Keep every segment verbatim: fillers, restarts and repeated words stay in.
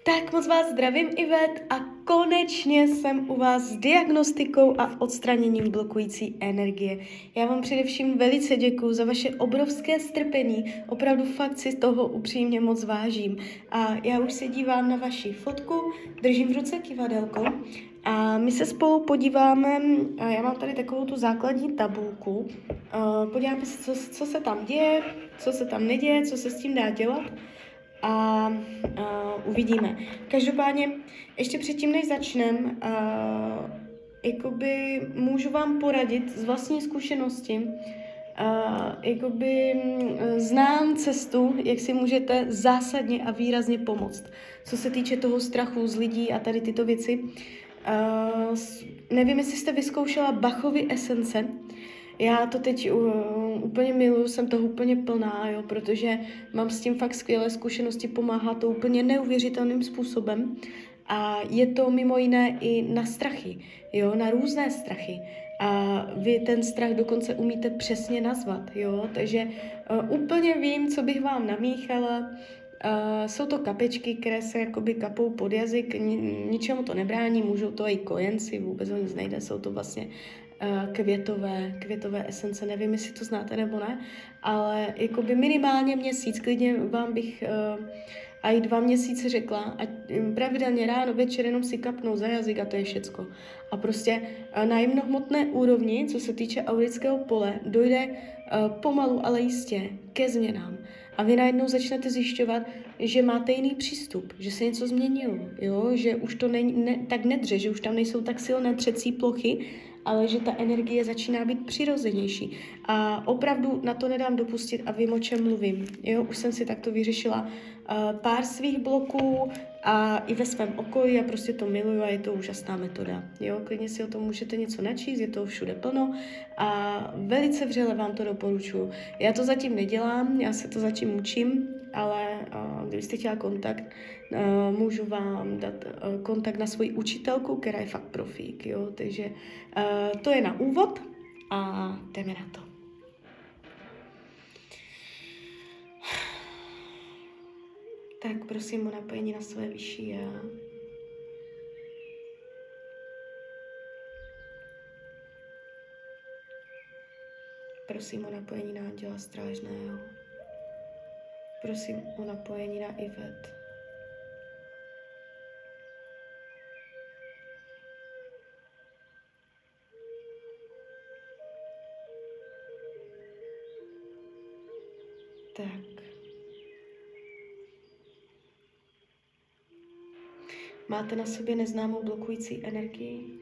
Tak moc vás zdravím, Ivet, a konečně jsem u vás s diagnostikou a odstraněním blokující energie. Já vám především velice děkuju za vaše obrovské strpení, opravdu fakt si toho upřímně moc vážím. A já už se dívám na vaši fotku, držím v ruce kivadelko a my se spolu podíváme, a já mám tady takovou tu základní tabulku, podíváme se, co, co se tam děje, co se tam neděje, co se s tím dá dělat. A uh, uvidíme. Každopádně, ještě předtím, než začneme, uh, jakoby můžu vám poradit z vlastní zkušenosti. Uh, jakoby uh, znám cestu, jak si můžete zásadně a výrazně pomoct. Co se týče toho strachu z lidí a tady tyto věci. Uh, nevím, jestli jste vyzkoušela Bachovy esence. Já to teď uh, úplně miluju, jsem toho úplně plná, jo, protože mám s tím fakt skvělé zkušenosti, pomáhá to úplně neuvěřitelným způsobem a je to mimo jiné i na strachy, jo, na různé strachy a vy ten strach dokonce umíte přesně nazvat, jo, takže uh, úplně vím, co bych vám namíchala. Uh, jsou to kapečky, které se jakoby kapou pod jazyk, Ni- ničemu to nebrání, můžou to i kojenci, vůbec o nic nejde, jsou to vlastně uh, květové, květové esence, nevím, jestli to znáte nebo ne, ale jakoby minimálně měsíc, klidně vám bych uh, a i dva měsíce řekla, a pravidelně ráno, večer jenom si kapnou za jazyk a to je všecko. A prostě uh, na jemnohmotné úrovni, co se týče aurického pole, dojde uh, pomalu, ale jistě ke změnám. A vy najednou začnete zjišťovat, že máte jiný přístup, že se něco změnilo, jo? Že už to ne, ne, tak nedře, že už tam nejsou tak silné třecí plochy, ale že ta energie začíná být přirozenější. A opravdu na to nedám dopustit a vím, o čem mluvím. Jo? Už jsem si takto vyřešila uh, pár svých bloků a i ve svém okolí a prostě to miluju a je to úžasná metoda. Jo? Klidně si o tom můžete něco načíst, je toho všude plno a velice vřele vám to doporučuji. Já to zatím nedělám, já se to zatím učím, ale uh, kdybyste chtěla kontakt, uh, můžu vám dát uh, kontakt na svoji učitelku, která je fakt profík, jo, takže uh, to je na úvod a jdeme na to. Tak prosím o napojení na své vyšší já. Prosím o napojení na Anděla Strážného. Prosím o napojení na Ivet. Tak. Máte na sobě neznámou blokující energii?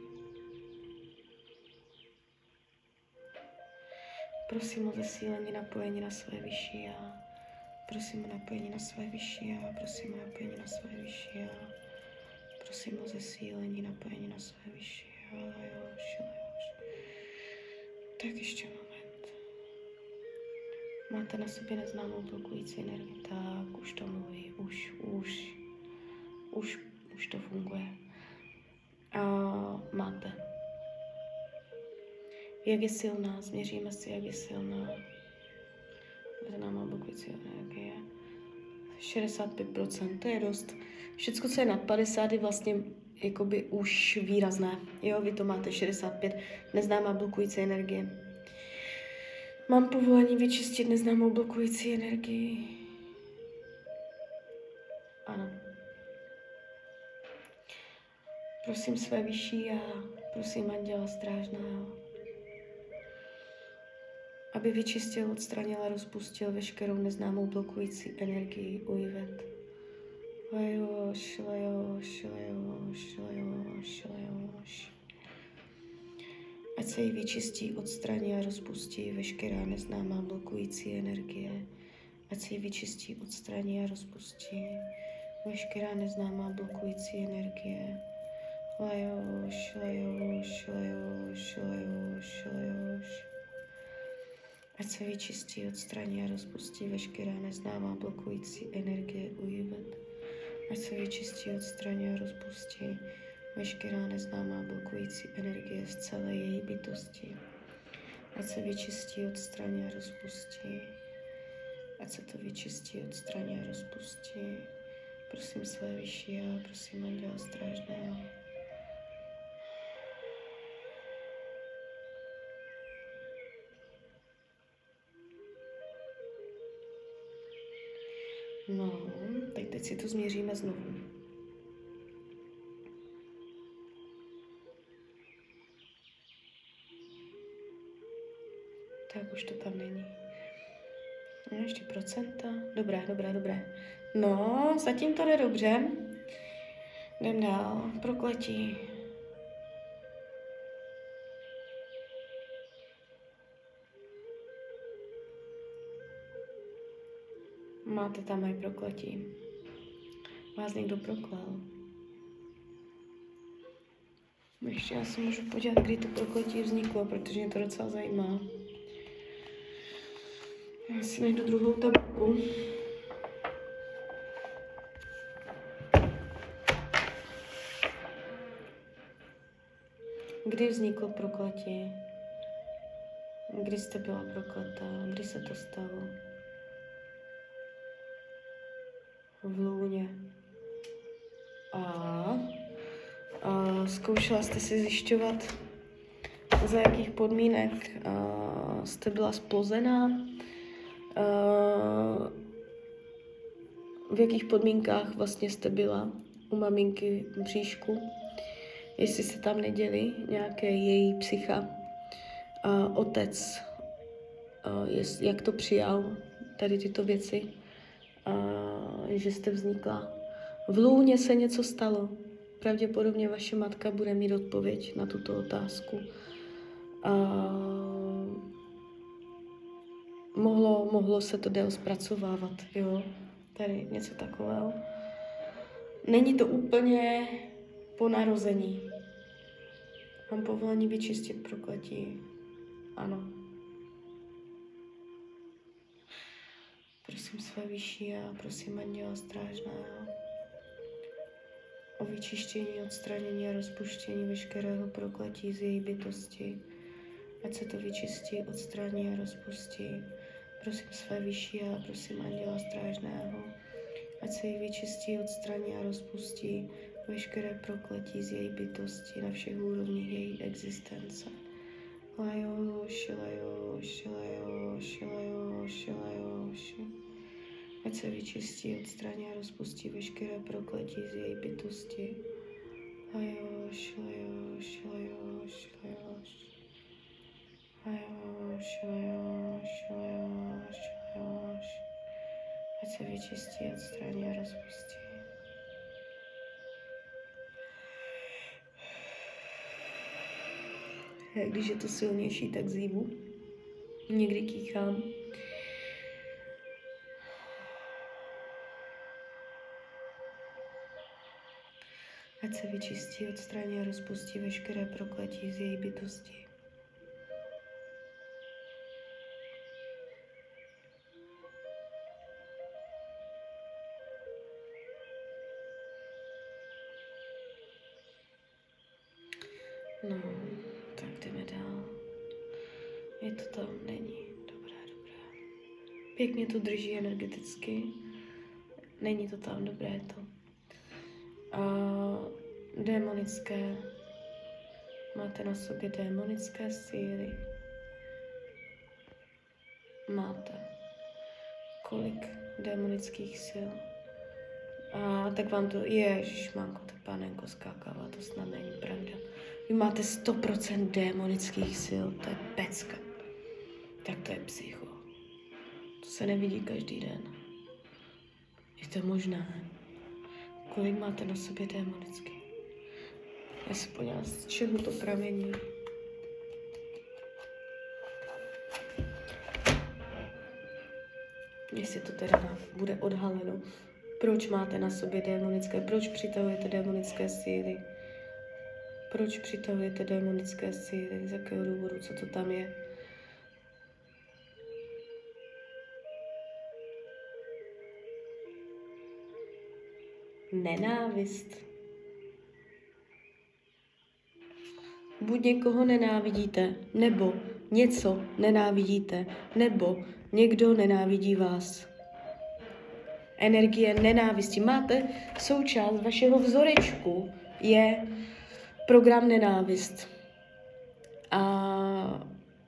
Prosím o zesílení napojení na své vyšší já. Prosím o napojení na své vyšší já. Prosím o napojení na své vyšší já. Prosím o zesílení napojení na své vyšší já. Lajoš, lajoš. Tak ještě moment. Máte na sobě neznámou blokující energii. Tak, už to mluví. Už, už. Už, už to funguje. A máte. Jak je silná? Změříme si, jak je silná. Neznámá blokující energie. šedesát pět procent, to je dost. Všecko, co je nad padesát, je vlastně jakoby už výrazné. Jo, vy to máte šedesát pět, neznámá blokující energie. Mám povolení vyčistit neznámou blokující energii. Ano. Prosím své vyšší a prosím Anděla Strážného, aby vyčistil, odstranil a rozpustil veškerou neznámou blokující energii u Ivet. Lajoš, lajoš, lajoš, lajoš, lajoš. Ať se jí vyčistí, odstraní a rozpustí veškerá neznámá blokující energie. Ať se jí vyčistí, odstraní a rozpustí veškerá neznámá blokující energie. Lajoš, lajoš, lajoš, lajoš, lajoš. Ať se vyčistí, odstraní a rozpustí veškerá neznámá blokující energie u Ivet. Ať se vyčistí, odstraní a rozpustí veškerá neznámá blokující energie z celé její bytosti. Ať se vyčistí, odstraní a rozpustí. Ať se to vyčistí, odstraní a rozpustí. Prosím své vyšší a prosím anděla strážného. No, tak teď si to změříme znovu. Tak už to tam není. No, ještě procenta. Dobré, dobré, dobré. No, zatím to jde dobře. Jdem dál. Prokletí. Máte tam aj prokletí. Vás někdo proklel. Ještě já si můžu podívat, kdy to prokletí vzniklo, protože mě to docela zajímá. Já si najdu druhou tabulku. Kdy vzniklo prokletí? Kdy jste byla prokletá? Kdy se to stalo? V lůně. A, a zkoušela jste si zjišťovat, za jakých podmínek a, jste byla splozená, a, v jakých podmínkách vlastně jste byla u maminky v bříšku, jestli se tam neděli nějaké její psycha, a, otec, a, jest, jak to přijal, tady tyto věci, a, že jste vznikla. V lůně se něco stalo. Pravděpodobně vaše matka bude mít odpověď na tuto otázku. A mohlo, mohlo se to déle zpracovávat, jo? Tady něco takového. Není to úplně po narození. Mám povolení vyčistit prokletí. Ano. Prosím své vyšší a prosím anděla strážného o vyčištění, odstranění a rozpuštění veškerého prokletí z její bytosti. Ať se to vyčistí, odstraní a rozpustí. Prosím své vyšší a prosím anděla strážného. Ať se jí vyčistí, odstraní a rozpustí veškeré prokletí z její bytosti na všech úrovních její existence. Lajoš, lajoš, lajoš, lajoš, lajoš. Ať se vyčistí, odstraní a rozpustí veškeré prokletí z její bytosti. Lajoš, lajoš, lajoš, lajoš. Lajoš, lajoš, lajoš, lajoš. Ať se vyčistí, odstraní a rozpustí. Když je to silnější, tak zívu. Někdy kýchám. Ať se vyčistí, odstraní a rozpustí veškeré prokletí z její bytosti. No, tak jdeme dál. Je to tam, není. Dobré, dobré. Pěkně to drží energeticky. Není to tam, dobré to. A démonické. Máte na sobě démonické síly. Máte. Kolik démonických sil? A tak vám to, ježišmanko, tak pánenko skákala, to snad není pravda. Vy máte sto procent démonických sil, to je pecka. Tak to je psycho. To se nevidí každý den. Je to možné? Kolik máte na sobě démonicky? Já se podívám, z čeho to pramení. Jestli to teda bude odhaleno. Proč máte na sobě démonické? Proč přitahujete démonické síly? Proč přitahujete démonické síly? Z jakého důvodu? Co to tam je? Nenávist. Buď někoho nenávidíte, nebo něco nenávidíte, nebo někdo nenávidí vás. energie nenávisti. Máte součást vašeho vzorečku, je program nenávist. A...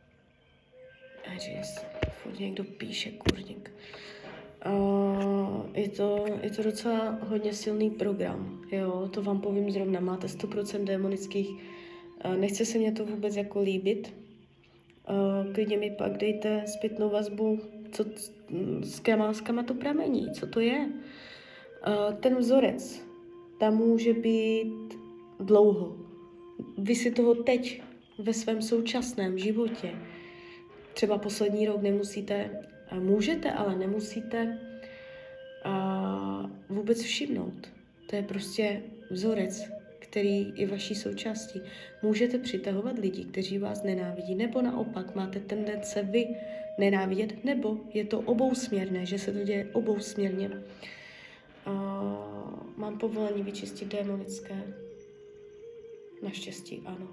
Ježiš, furt někdo píše, kurník. Uh, je, to, je to docela hodně silný program, jo, to vám povím zrovna, máte sto procent démonických, uh, nechce se mě to vůbec jako líbit, uh, klidně mi pak dejte zpětnou vazbu, co, s kama to pramení, co to je. Uh, ten vzorec, tam může být dlouho, vy si toho teď ve svém současném životě, třeba poslední rok nemusíte, můžete, ale nemusíte a, vůbec všimnout. To je prostě vzorec, který je vaší součástí. Můžete přitahovat lidi, kteří vás nenávidí, nebo naopak máte tendence vy nenávidět, nebo je to obousměrné, že se to děje obousměrně. A, mám povolení vyčistit démonické. Naštěstí ano.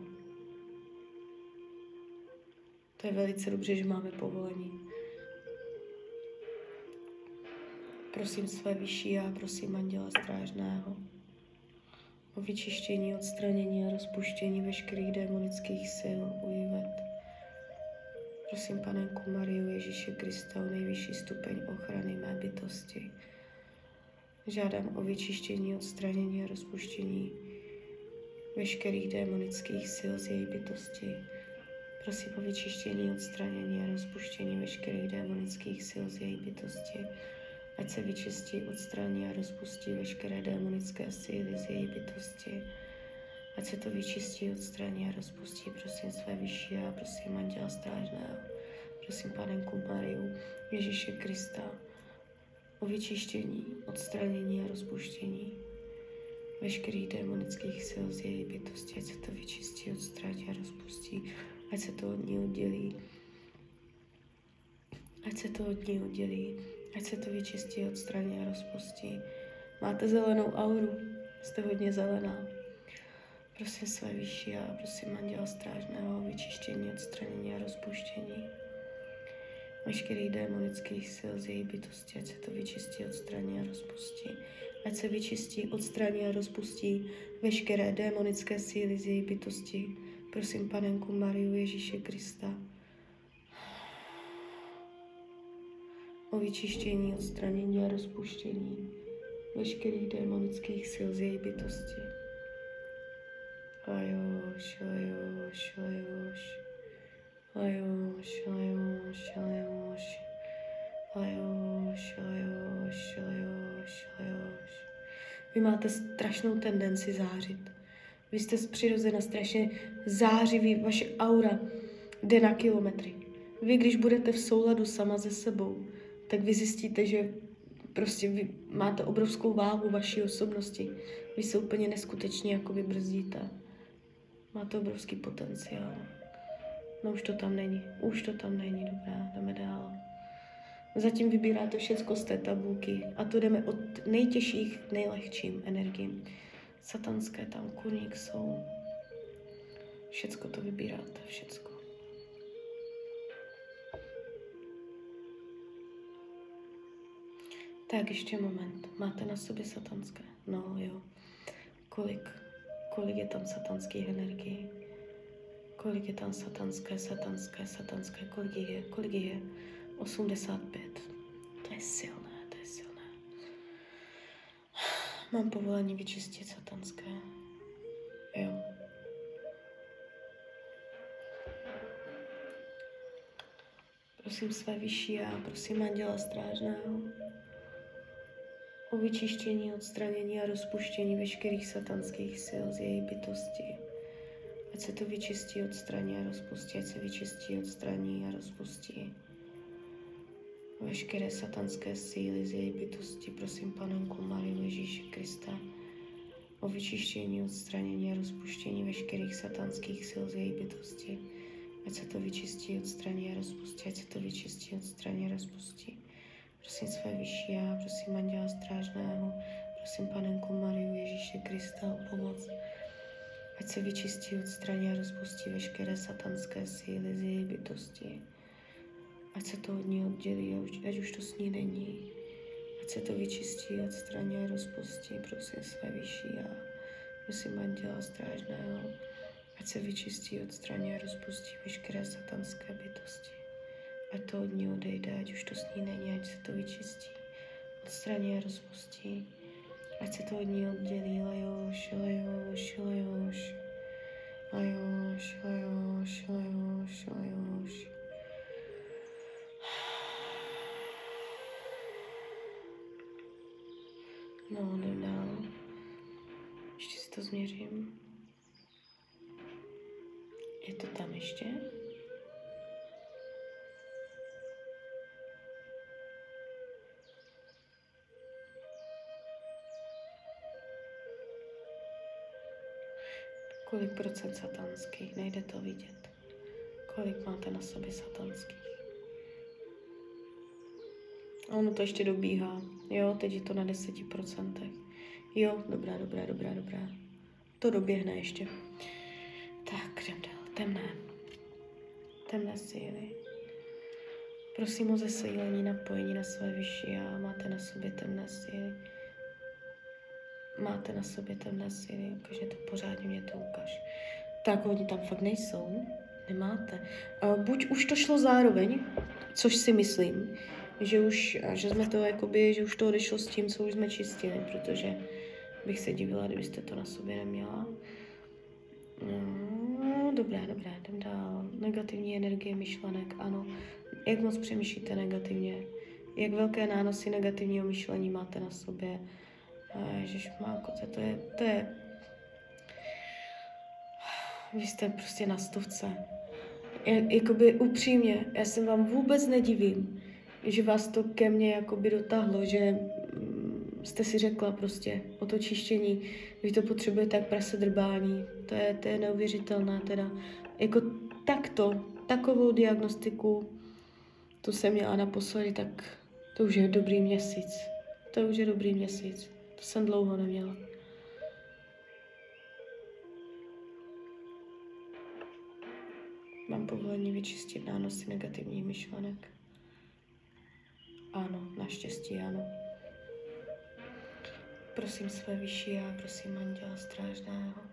To je velice dobře, že máme povolení. Prosím své vyšší a prosím anděla strážného o vyčištění, odstranění a rozpuštění veškerých démonických sil u Ivet. Prosím Panenku Mariu Ježíše Krista o nejvyšší stupeň ochrany mé bytosti. Žádám o vyčištění, odstranění a rozpuštění veškerých démonických sil z její bytosti. Prosím o vyčištění, odstranění a rozpuštění veškerých démonických sil z její bytosti. Ať se vyčistí, odstraní a rozpustí veškeré démonické síly z její bytosti. Ať se to vyčistí, odstraní a rozpustí, prosím své vyšší a prosím anděla strážného. Prosím Panenku Mariu Ježíše Krista o vyčištění, odstranění a rozpuštění veškerých démonických sil z její bytosti. Ať se to vyčistí, odstraní a rozpustí. Ať se to od ní oddělí. Ať se to od ní oddělí. Ať se to vyčistí, odstraní a rozpustí. Máte zelenou auru. Jste hodně zelená. Prosím své vyšší a prosím anděla strážného o vyčištění, odstranění a rozpuštění veškerých démonických sil z její bytosti. Ať se to vyčistí, odstraní a rozpustí. Ať se vyčistí, odstraní a rozpustí veškeré démonické síly z její bytosti. Prosím Panenku Mariu Ježíše Krista o vyčištění, odstranění a rozpuštění veškerých démonických sil z její bytosti. Ajoš, ajoš, ajoš, ajoš, ajoš, ajoš, ajoš, ajoš, ajoš, ajoš. Vy máte strašnou tendenci zářit. Vy jste přirozena strašně zářivý, vaše aura jde na kilometry. Vy, když budete v souladu sama se sebou, tak vy zjistíte, že prostě vy máte obrovskou váhu vaší osobnosti. Vy se úplně neskutečně jako vybrzdíte. Máte obrovský potenciál. No už to tam není. Už to tam není. Dobrá, jdeme dál. Zatím vybíráte všecko z té tabulky a to jdeme od nejtěžších k nejlehčím energiím. Satanské tam, kurník jsou. Všecko to vybíráte, všecko. Tak ještě moment. Máte na sobě satanské? No jo. Kolik? Kolik je tam satanských energií? Kolik je tam satanské, satanské, satanské? Kolik je? Kolik je? osmdesát pět. To je silné, to je silné. Mám povolení vyčistit satanské. Jo. Prosím své vyšší a prosím anděla strážného o vyčištění, odstranění a rozpuštění veškerých satanských sil z její bytosti. Ať se to vyčistí, odstraní a rozpustí, ať se vyčistí, odstraní a rozpustí veškeré satanské síly z její bytosti. Prosím Panenku Mariu Ježíše Krista o vyčištění, odstranění a rozpuštění veškerých satanských sil z její bytosti. Ať se to vyčistí, odstraní a rozpustí, ať se to vyčistí, odstraní a rozpustí. Prosím své vyšší a prosím anděla strážného, prosím Panenku Mariu Ježíše Krista o pomoc. Ať se vyčistí, odstraní a rozpustí veškeré satanské síly z její bytosti. Ať se to od ní oddělí, ať už to s ní není. Ať se to vyčistí, odstraní a rozpustí, prosím své vyšší já. Prosím anděla strážného, ať se vyčistí, odstraní a rozpustí veškeré satanské bytosti. Ať to od ní odejde, ať už to s ní není, ať se to vyčistí, odstraní a rozpustí. Ať se to od ní oddělí, lajoš, lajoš, lajoš. Lajoš, lajoš, lajoš, lajoš. No, jdem dál. Ještě si to změřím. Je to tam ještě? Kolik procent satanských? Nejde to vidět. Kolik máte na sobě satanských? A ono to ještě dobíhá. Jo, teď je to na deseti procentech. Jo, dobrá, dobrá, dobrá, dobrá. To doběhne ještě. Tak, jdem dál. Temné. Temné síly. Prosím o zesílení, napojení na své vyšší já. Máte na sobě temné síly. Máte na sobě temné síly. Ukaž mě to pořádně, mě to ukaž. Tak, oni tam fakt nejsou. Nemáte. Uh, buď už to šlo zároveň, což si myslím, že už, že jsme to jakoby, že už to odešlo s tím, co už jsme čistili, protože bych se divila, kdybyste to na sobě neměla. No, dobrá, dobrá, jdem dál. Negativní energie myšlenek, ano. Jak moc přemýšlíte negativně? Jak velké nánosy negativního myšlení máte na sobě? Ježišmáko, to je, to je... Vy jste prostě na stovce. Jakoby upřímně, já se vám vůbec nedivím, že vás to ke mně jakoby dotáhlo, že jste si řekla prostě o to čištění, vy to potřebujete jak prase drbání. To je, to je neuvěřitelné teda. Jako takto, takovou diagnostiku, tu jsem měla naposledy, tak to už je dobrý měsíc. To už je dobrý měsíc. To jsem dlouho neměla. Mám povolení vyčistit nánosy negativních myšlenek. Ano, naštěstí ano. Prosím své vyšší já, prosím anděla strážného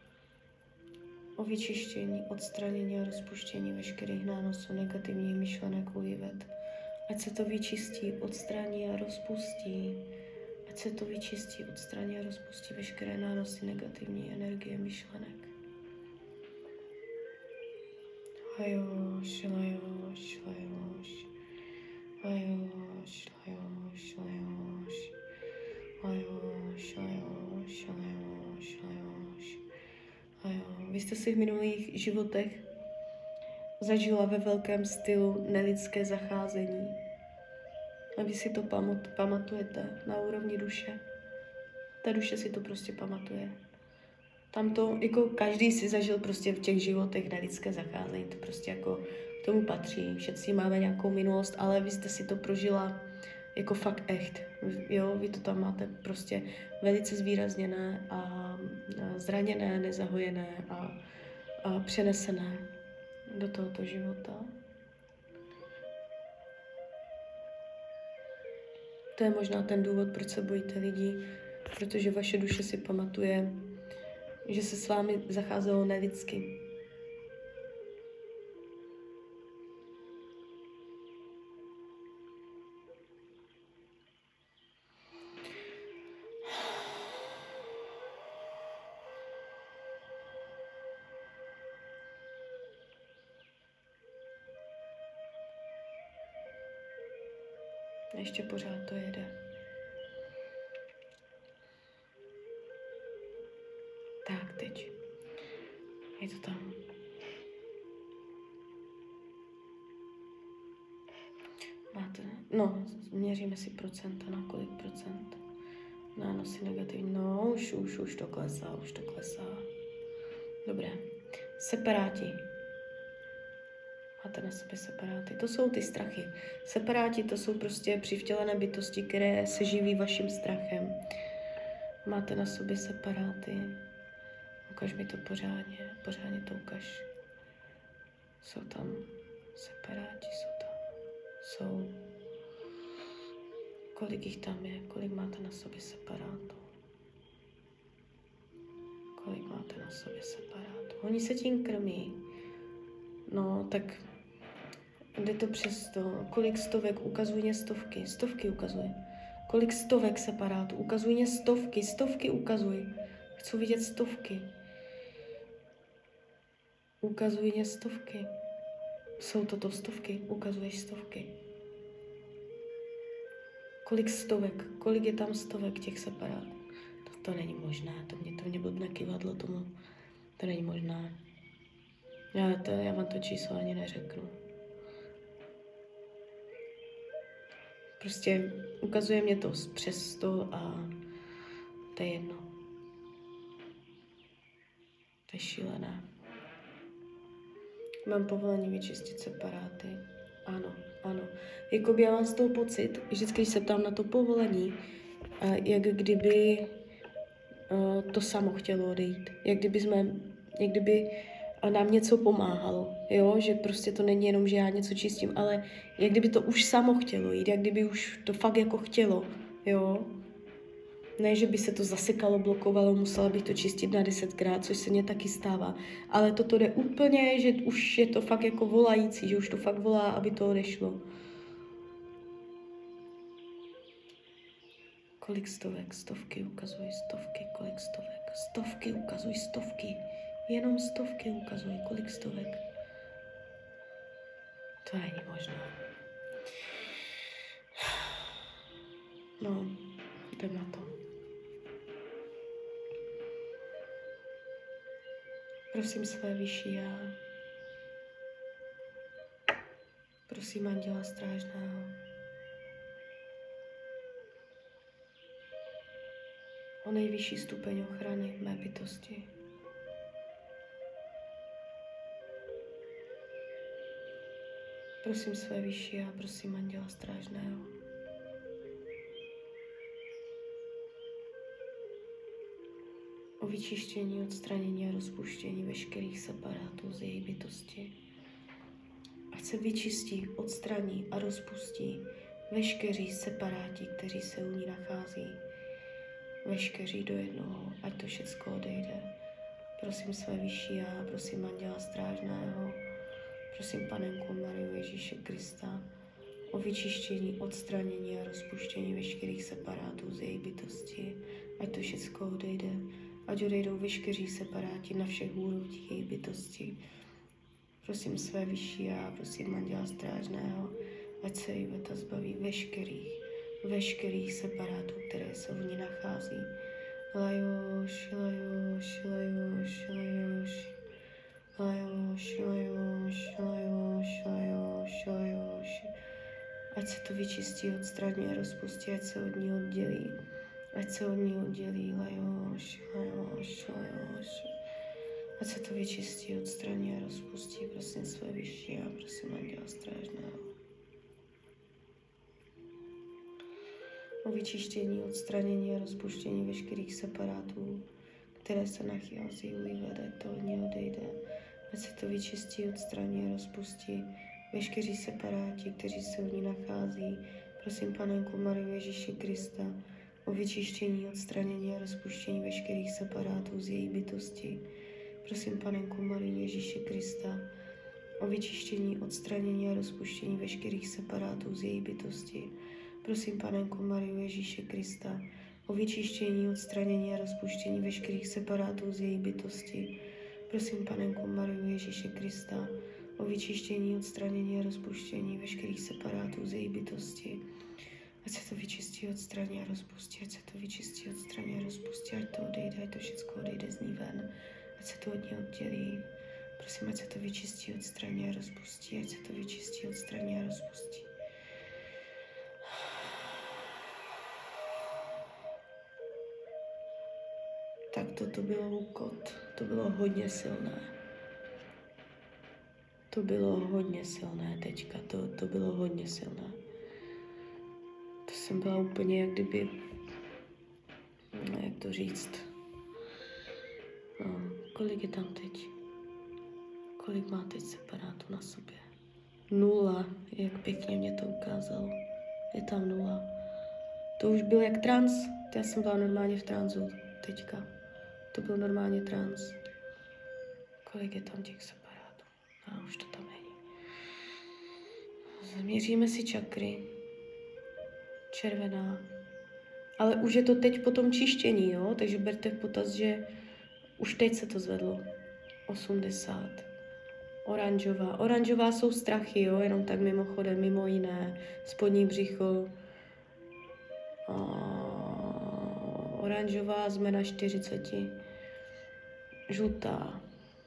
o vyčištění, odstranění a rozpuštění veškerých nánosů negativních myšlenek u Ivet. Ať se to vyčistí, odstraní a rozpustí. Ať se to vyčistí, odstraní a rozpustí veškeré nánosy negativní energie myšlenek. Lajoš, lajoš, lajoš. Lajoš, lajoš, lajoš. Lajoš, lajoš, lajoš, lajoš. Lajoš. Vy jste si v minulých životech zažila ve velkém stylu nelidské zacházení. A vy si to pamat, pamatujete na úrovni duše. Ta duše si to prostě pamatuje. Tam to, jako každý si zažil prostě v těch životech nelidské zacházení. To prostě jako k tomu patří. Všetci máme nějakou minulost, ale vy jste si to prožila jako fakt echt. Jo, vy to tam máte prostě velice zvýrazněné a, a zraněné, nezahojené a, a přenesené do tohoto života. To je možná ten důvod, proč se bojíte lidí, protože vaše duše si pamatuje, že se s vámi zacházelo nelidsky. Ještě pořád to jede. Tak, teď. Je to tam. Máte, no, měříme si procenta, na kolik procent. Nánosy negativní, no, už, už, už to klesá, už to klesá. Dobré. Separáti. Máte na sobě separáty. To jsou ty strachy. Separáti to jsou prostě přivtělené bytosti, které se živí vaším strachem. Máte na sobě separáty. Ukaž mi to pořádně, pořádně to ukaž. Jsou tam separáti, jsou tam, jsou. Kolik jich tam je? Kolik máte na sobě separátů? Kolik máte na sobě separátů? Oni se tím krmí. No, tak jde to přes to. Kolik stovek? Ukazuj mě stovky. Stovky ukazuj. Kolik stovek separátů? Ukazuj mě stovky. Stovky ukazuj. Chci vidět stovky. Ukazuj mě stovky. Jsou toto stovky? Ukazuješ stovky. Kolik stovek? Kolik je tam stovek těch separátů? To, to není možné. To mě, to mě blbne kývadlo tomu. To není možné. Já, to, já vám to číslo ani neřeknu. Prostě ukazuje mě to přes to a to je jedno. To je šílené. Mám povolení vyčistit separáty. Ano, ano. Jakoby já mám z toho pocit, vždycky, když se ptám na to povolení, jak kdyby to samo chtělo odejít. Jak kdyby jsme, jak kdyby nám něco pomáhalo, jo? Že prostě to není jenom, že já něco čistím, ale jak kdyby to už samo chtělo jít, jak kdyby už to fakt jako chtělo, jo? Ne, že by se to zasekalo, blokovalo, musela bych to čistit na desetkrát, což se mně taky stává. Ale toto jde úplně, že už je to fakt jako volající, že už to fakt volá, aby to odešlo. Kolik stovek? Stovky ukazuj, stovky, kolik stovek? Stovky ukazuj, stovky. Jenom stovky ukazuj, kolik stovek? To není možné. No, jdem na to. Prosím své vyšší já. Prosím anděla strážného. O nejvyšší stupeň ochrany mé bytosti. Prosím své vyšší já, prosím anděla strážného. O vyčištění, odstranění a rozpuštění veškerých separátů z její bytosti. Ať se vyčistí, odstraní a rozpustí veškeří separáti, kteří se u ní nachází. Veškeří do jednoho, ať to všecko odejde. Prosím své vyšší já, prosím anděla strážného, prosím Panenku Mariu Ježíše Krista o vyčištění, odstranění a rozpuštění veškerých separátů z její bytosti. Ať to všecko odejde. Ať odejdou veškeří separáti na všech úrovních její bytosti. Prosím své vyšší já, prosím anděla strážného, ať se Iveta zbaví veškerých, veškerých separátů, které se v ní nachází. Lajoš, lajoš, lajoš, lajoš, lajoš, lajoš, lajoš, lajoš, lajoš. Ať se to vyčistí, odstraní a rozpustí, ať se od ní oddělí. Ať se od ní oddělí, lajoš, lajoš, lajoš. Ať se to vyčistí, odstraní a rozpustí, prosím své vyšší a prosím anděla strážného. O vyčištění, odstranění a rozpuštění veškerých separátů, které se nachází u Ivety, to od ní odejde. Ať se to vyčistí, odstraní a rozpustí veškeří separáti, kteří se u ní nachází. Prosím Panenku Mariu Ježíše Krista o vyčištění, odstranění a rozpuštění veškerých separátů z její bytosti. Prosím Panenku Mariu Ježíše Krista o vyčištění, odstranění a rozpuštění veškerých separátů z její bytosti. Prosím Panenku Mariu Ježíše Krista o vyčištění, odstranění a rozpuštění veškerých separátů z její bytosti. Prosím Panenku Mariu Ježíše Krista o vyčištění, odstranění a rozpuštění veškerých separátů z její bytosti. Ať se to vyčistí, odstraní a rozpustí, ať se to vyčistí, odstraní a rozpustí, ať to odejde, ať to všechno odejde z ní ven, ať se to od ní oddělí. Prosím, ať se to vyčistí, odstraní a rozpustí, ať se to vyčistí, odstraní a rozpustí. Tak toto bylo úkot, to bylo hodně silné. To bylo hodně silné teďka, to, to bylo hodně silné. To jsem byla úplně jak kdyby, no, jak to říct, no, kolik je tam teď? Kolik má teď separátů na sobě? Nula, jak pěkně mě to ukázalo. Je tam nula. To už byl jak trans. Já jsem byla normálně v transu teďka. To byl normálně trans. Kolik je tam těch separátů? A už to tam není. Změříme si čakry. Červená. Ale už je to teď po tom čištění, jo? Takže berte v potaz, že už teď se to zvedlo. osmdesát. Oranžová. Oranžová jsou strachy, jo? Jenom tak mimochodem, mimo jiné. Spodní břicho. A... Oranžová jsme na čtyřiceti. Žlutá.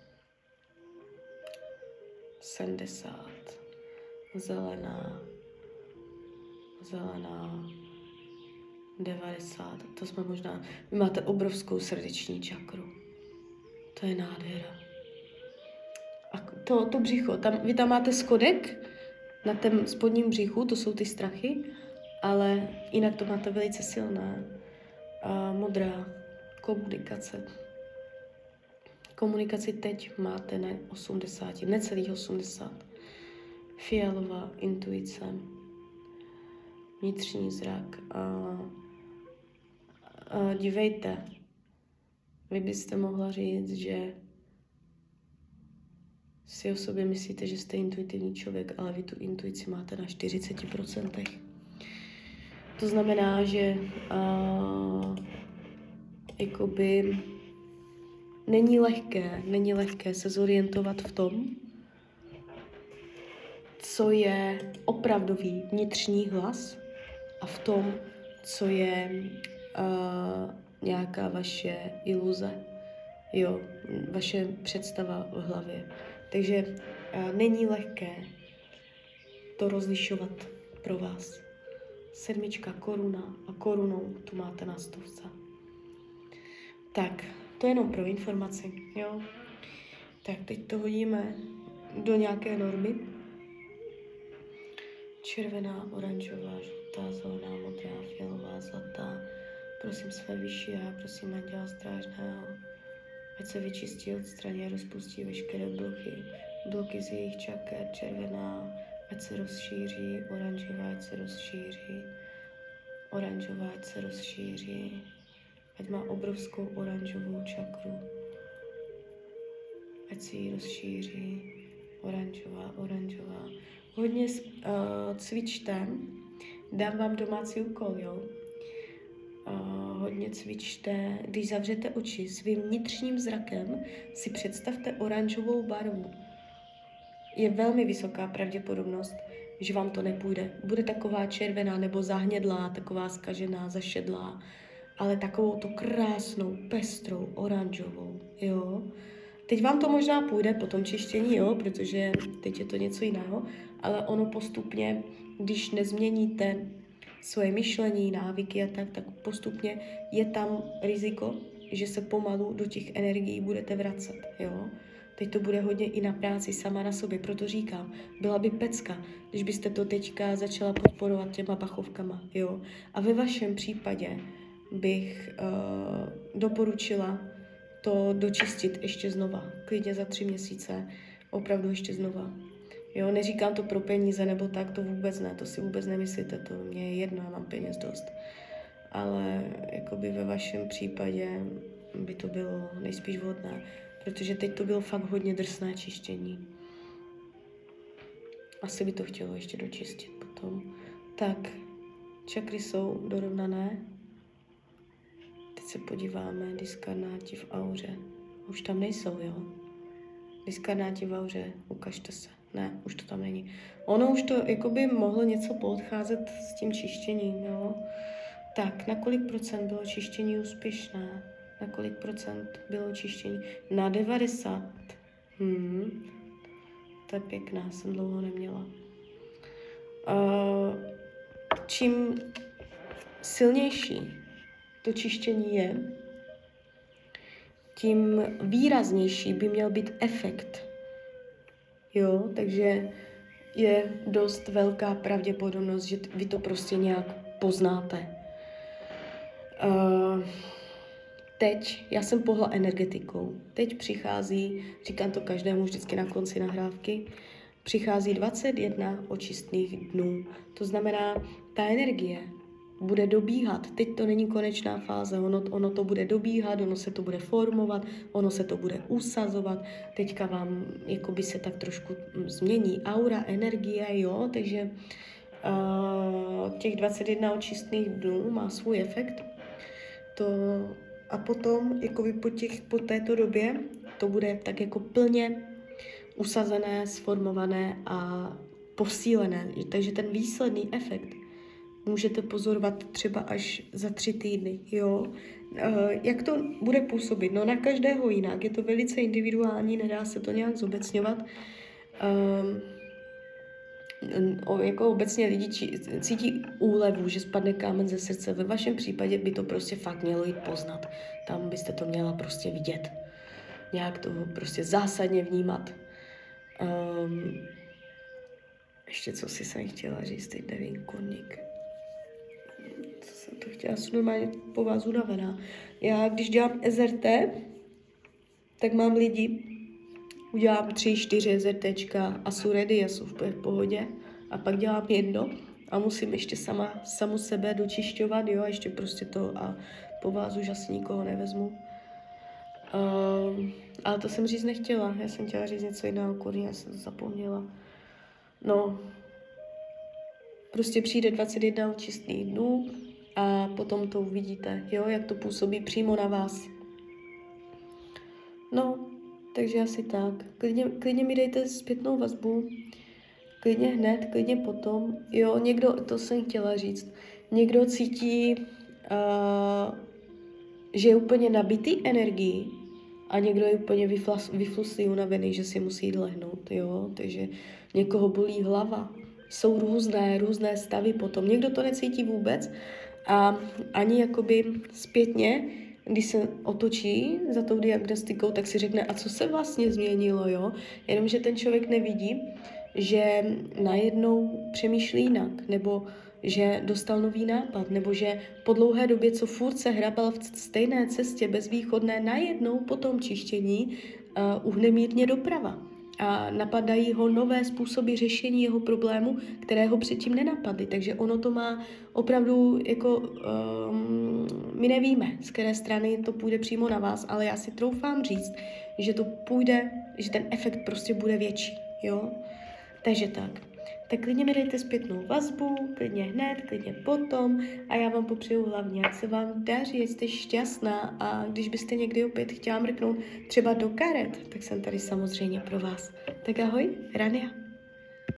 sedmdesát. Zelená. Zelená. devadesát. To jsme možná... Vy máte obrovskou srdeční čakru. To je nádhera. A to, to břicho, tam, vy tam máte schodek na tom spodním břichu, to jsou ty strachy, ale jinak to máte velice silné. A modrá komunikace. Komunikaci teď máte na osmdesáti, necelých osmdesát. Fialová intuice. Vnitřní zrak. A, a dívejte, vy byste mohla říct, že si o sobě myslíte, že jste intuitivní člověk, ale vy tu intuici máte na čtyřiceti procentech. To znamená, že uh, jakoby není lehké, není lehké se zorientovat v tom, co je opravdový vnitřní hlas a v tom, co je uh, nějaká vaše iluze, jo, vaše představa v hlavě. Takže uh, není lehké to rozlišovat pro vás. Sedmička koruna a korunou tu máte na stovce. Tak, to je jenom pro informaci, jo. Tak teď to hodíme do nějaké normy. Červená, oranžová, žlutá, zelená, modrá, fialová, zlatá. Prosím své vyšší a prosím anděla strážného, ať se vyčistí, odstraní a rozpustí veškeré bloky. Bloky z jejich čaker, červená, ať se rozšíří, oranžová, ať se rozšíří, oranžová, ať se rozšíří, ať má obrovskou oranžovou čakru, ať se ji rozšíří, oranžová, oranžová. Hodně uh, cvičte, dám vám domácí úkol, jo. Uh, hodně cvičte, když zavřete oči svým vnitřním zrakem, si představte oranžovou barvu. Je velmi vysoká pravděpodobnost, že vám to nepůjde. Bude taková červená nebo zahnědlá, taková zkažená, zašedlá, ale takovou tu krásnou, pestrou, oranžovou, jo. Teď vám to možná půjde po tom čištění, jo, protože teď je to něco jiného, ale ono postupně, když nezměníte svoje myšlení, návyky a tak, tak postupně je tam riziko, že se pomalu do těch energií budete vracet, jo. Teď to bude hodně i na práci sama na sobě, proto říkám, byla by pecka, když byste to teďka začala podporovat těma bachovkama, jo. A ve vašem případě bych uh, doporučila to dočistit ještě znova, klidně za tři měsíce, opravdu ještě znova. Jo, neříkám to pro peníze nebo tak, to vůbec ne, to si vůbec nemyslíte, to mě je jedno, já mám peněz dost. Ale jakoby ve vašem případě by to bylo nejspíš vhodné, protože teď to bylo fakt hodně drsné čištění. Asi by to chtělo ještě dočistit potom. Tak, čakry jsou dorovnané. Teď se podíváme, diskarnáti v auře. Už tam nejsou, jo? Diskarnáti v auře, ukažte se. Ne, už to tam není. Ono už to jakoby mohlo něco poodcházet s tím čištěním, jo? Tak, na kolik procent bylo čištění úspěšné? Na kolik procent bylo čištění? Na devadesát. Hmm. To je pěkná, jsem dlouho neměla. Uh, čím silnější to čištění je, tím výraznější by měl být efekt. Jo, takže je dost velká pravděpodobnost, že vy to prostě nějak poznáte. Uh, teď, já jsem pohla energetikou, teď přichází, říkám to každému vždycky na konci nahrávky, přichází dvacet jedna očistných dnů. To znamená, ta energie bude dobíhat. Teď to není konečná fáze, ono, ono to bude dobíhat, ono se to bude formovat, ono se to bude usazovat. Teďka vám jakoby se tak trošku změní aura, energie, jo, takže uh, těch dvacet jedna očistných dnů má svůj efekt. To, a potom, jakoby po, těch, po této době, to bude tak jako plně usazené, sformované a posílené. Takže ten výsledný efekt můžete pozorovat třeba až za tři týdny, jo. E, jak to bude působit? No na každého jinak, je to velice individuální, nedá se to nějak zobecňovat. E, o, jako obecně lidi či, cítí úlevu, že spadne kámen ze srdce. Ve vašem případě by to prostě fakt mělo jít poznat. Tam byste to měla prostě vidět. Nějak to prostě zásadně vnímat. Um, ještě co si jsem chtěla říct, teď nevím, koník. Co jsem to chtěla, jsem normálně po vás unavená. Já, když dělám S R T, tak mám lidi, udělám tři, čtyři SRTčka a jsou ready, a jsou v pohodě. A pak dělám jedno a musím ještě sama, samu sebe dočišťovat, jo, a ještě prostě to a po vás už asi nikoho nevezmu. Um, ale to jsem říct nechtěla, já jsem chtěla říct něco jiného, kurně, já jsem to zapomněla. No, prostě přijde dvacet jedna očistných dnů a potom to uvidíte, jo, jak to působí přímo na vás. No, takže asi tak. Klidně, klidně mi dejte zpětnou vazbu, klidně hned, klidně potom. Jo, někdo, to jsem chtěla říct, někdo cítí, uh, že je úplně nabitý energií a někdo je úplně vyfluslý, unavený, že si musí jít lehnout, jo, takže někoho bolí hlava. Jsou různé, různé stavy potom. Někdo to necítí vůbec a ani jakoby zpětně, když se otočí za tou diagnostikou, tak si řekne, a co se vlastně změnilo, jo? Jenomže ten člověk nevidí, že najednou přemýšlí jinak, nebo že dostal nový nápad, nebo že po dlouhé době, co furt se hrabal v stejné cestě bezvýchodné, najednou po tom čištění uh, uhne mírně doprava. A napadají ho nové způsoby řešení jeho problému, které ho předtím nenapadly. Takže ono to má opravdu, jako um, my nevíme, z které strany to půjde přímo na vás, ale já si troufám říct, že to půjde, že ten efekt prostě bude větší, jo? Takže tak. Tak klidně mi dejte zpětnou vazbu, klidně hned, klidně potom a já vám popřeju hlavně, ať se vám daří, ať jste šťastná a když byste někdy opět chtěla mrknout třeba do karet, tak jsem tady samozřejmě pro vás. Tak ahoj, Rania.